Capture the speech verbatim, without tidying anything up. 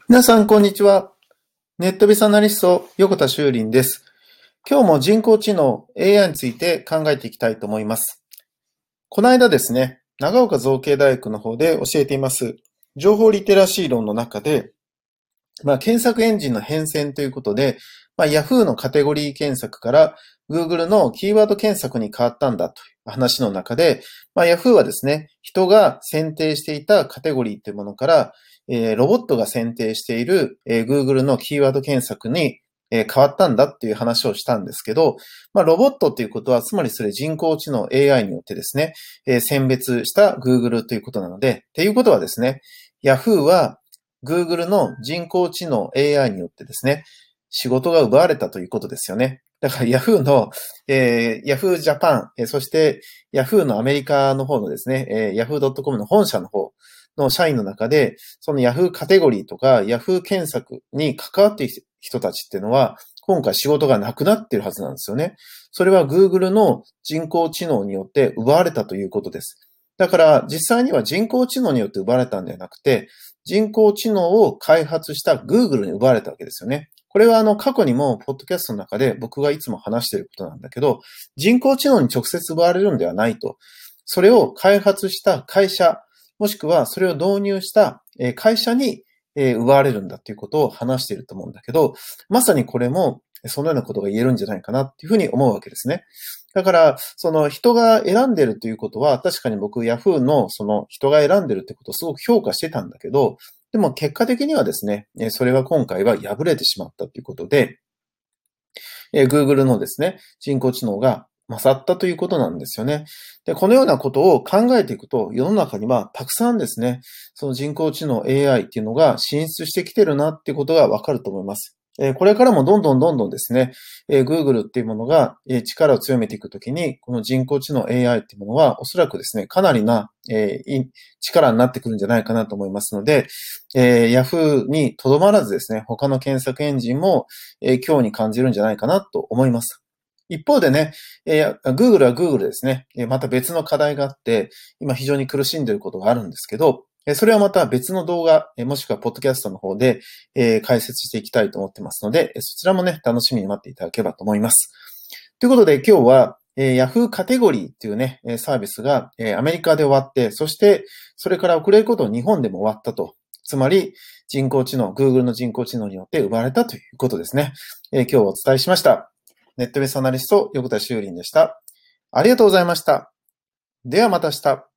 皆さん、こんにちは。ネットビスアナリスト、横田修林です。今日も人工知能 エーアイ について考えていきたいと思います。この間ですね、長岡造形大学の方で教えています情報リテラシー論の中で、まあ、検索エンジンの変遷ということで、まあ、Yahoo のカテゴリー検索から Google のキーワード検索に変わったんだという話の中で、まあ、Yahoo はですね、人が選定していたカテゴリーというものから、えーロボットが選定している、えー Google のキーワード検索に、えー変わったんだっていう話をしたんですけど、まあ、ロボットということは、つまりそれ人工知能 エーアイ によってですね、えー選別した Google ということなので、っていうことはですね、Yahoo は Google の人工知能 エーアイ によってですね、仕事が奪われたということですよね。だから Yahoo の、えー、Yahoo Japan、えーそして Yahoo のアメリカの方のですね、えー、ヤフードットコム の本社の方の社員の中で、その Yahoo カテゴリーとか Yahoo 検索に関わっている人たちっていうのは、今回仕事がなくなっているはずなんですよね。それは Google の人工知能によって奪われたということです。だから実際には人工知能によって奪われたんではなくて、人工知能を開発した Google に奪われたわけですよね。これはあの過去にもポッドキャストの中で僕がいつも話していることなんだけど、人工知能に直接奪われるんではないと。それを開発した会社、もしくはそれを導入した会社に奪われるんだということを話していると思うんだけど、まさにこれもそのようなことが言えるんじゃないかなっていうふうに思うわけですね。だから、その人が選んでるということは、確かに僕、Yahoo のその人が選んでるってことをすごく評価してたんだけど、でも結果的にはですね、それは今回は敗れてしまったということで、Google のですね、人工知能が勝ったということなんですよね。で、このようなことを考えていくと、世の中にはたくさんですね、その人工知能 エーアイ っていうのが進出してきてるなっていうことがわかると思います。これからもどんどんどんどんですね、Google っていうものが力を強めていくときに、この人工知能 エーアイ っていうものはおそらくですね、かなりな力になってくるんじゃないかなと思いますので、Yahoo にとどまらずですね、他の検索エンジンも今日に感じるんじゃないかなと思います。一方でね、えー、Google は Google ですね。また別の課題があって、今非常に苦しんでいることがあるんですけど、それはまた別の動画、もしくはポッドキャストの方で、えー、解説していきたいと思ってますので、そちらもね、楽しみに待っていただければと思います。ということで今日は、えー、Yahoo カテゴリーっていうね、サービスが、えー、アメリカで終わって、そしてそれから遅れること日本でも終わったと。つまり人工知能、Google の人工知能によって奪われたということですね。えー、今日お伝えしました。ネットベースアナリスト、横田修林でした。ありがとうございました。ではまた明日。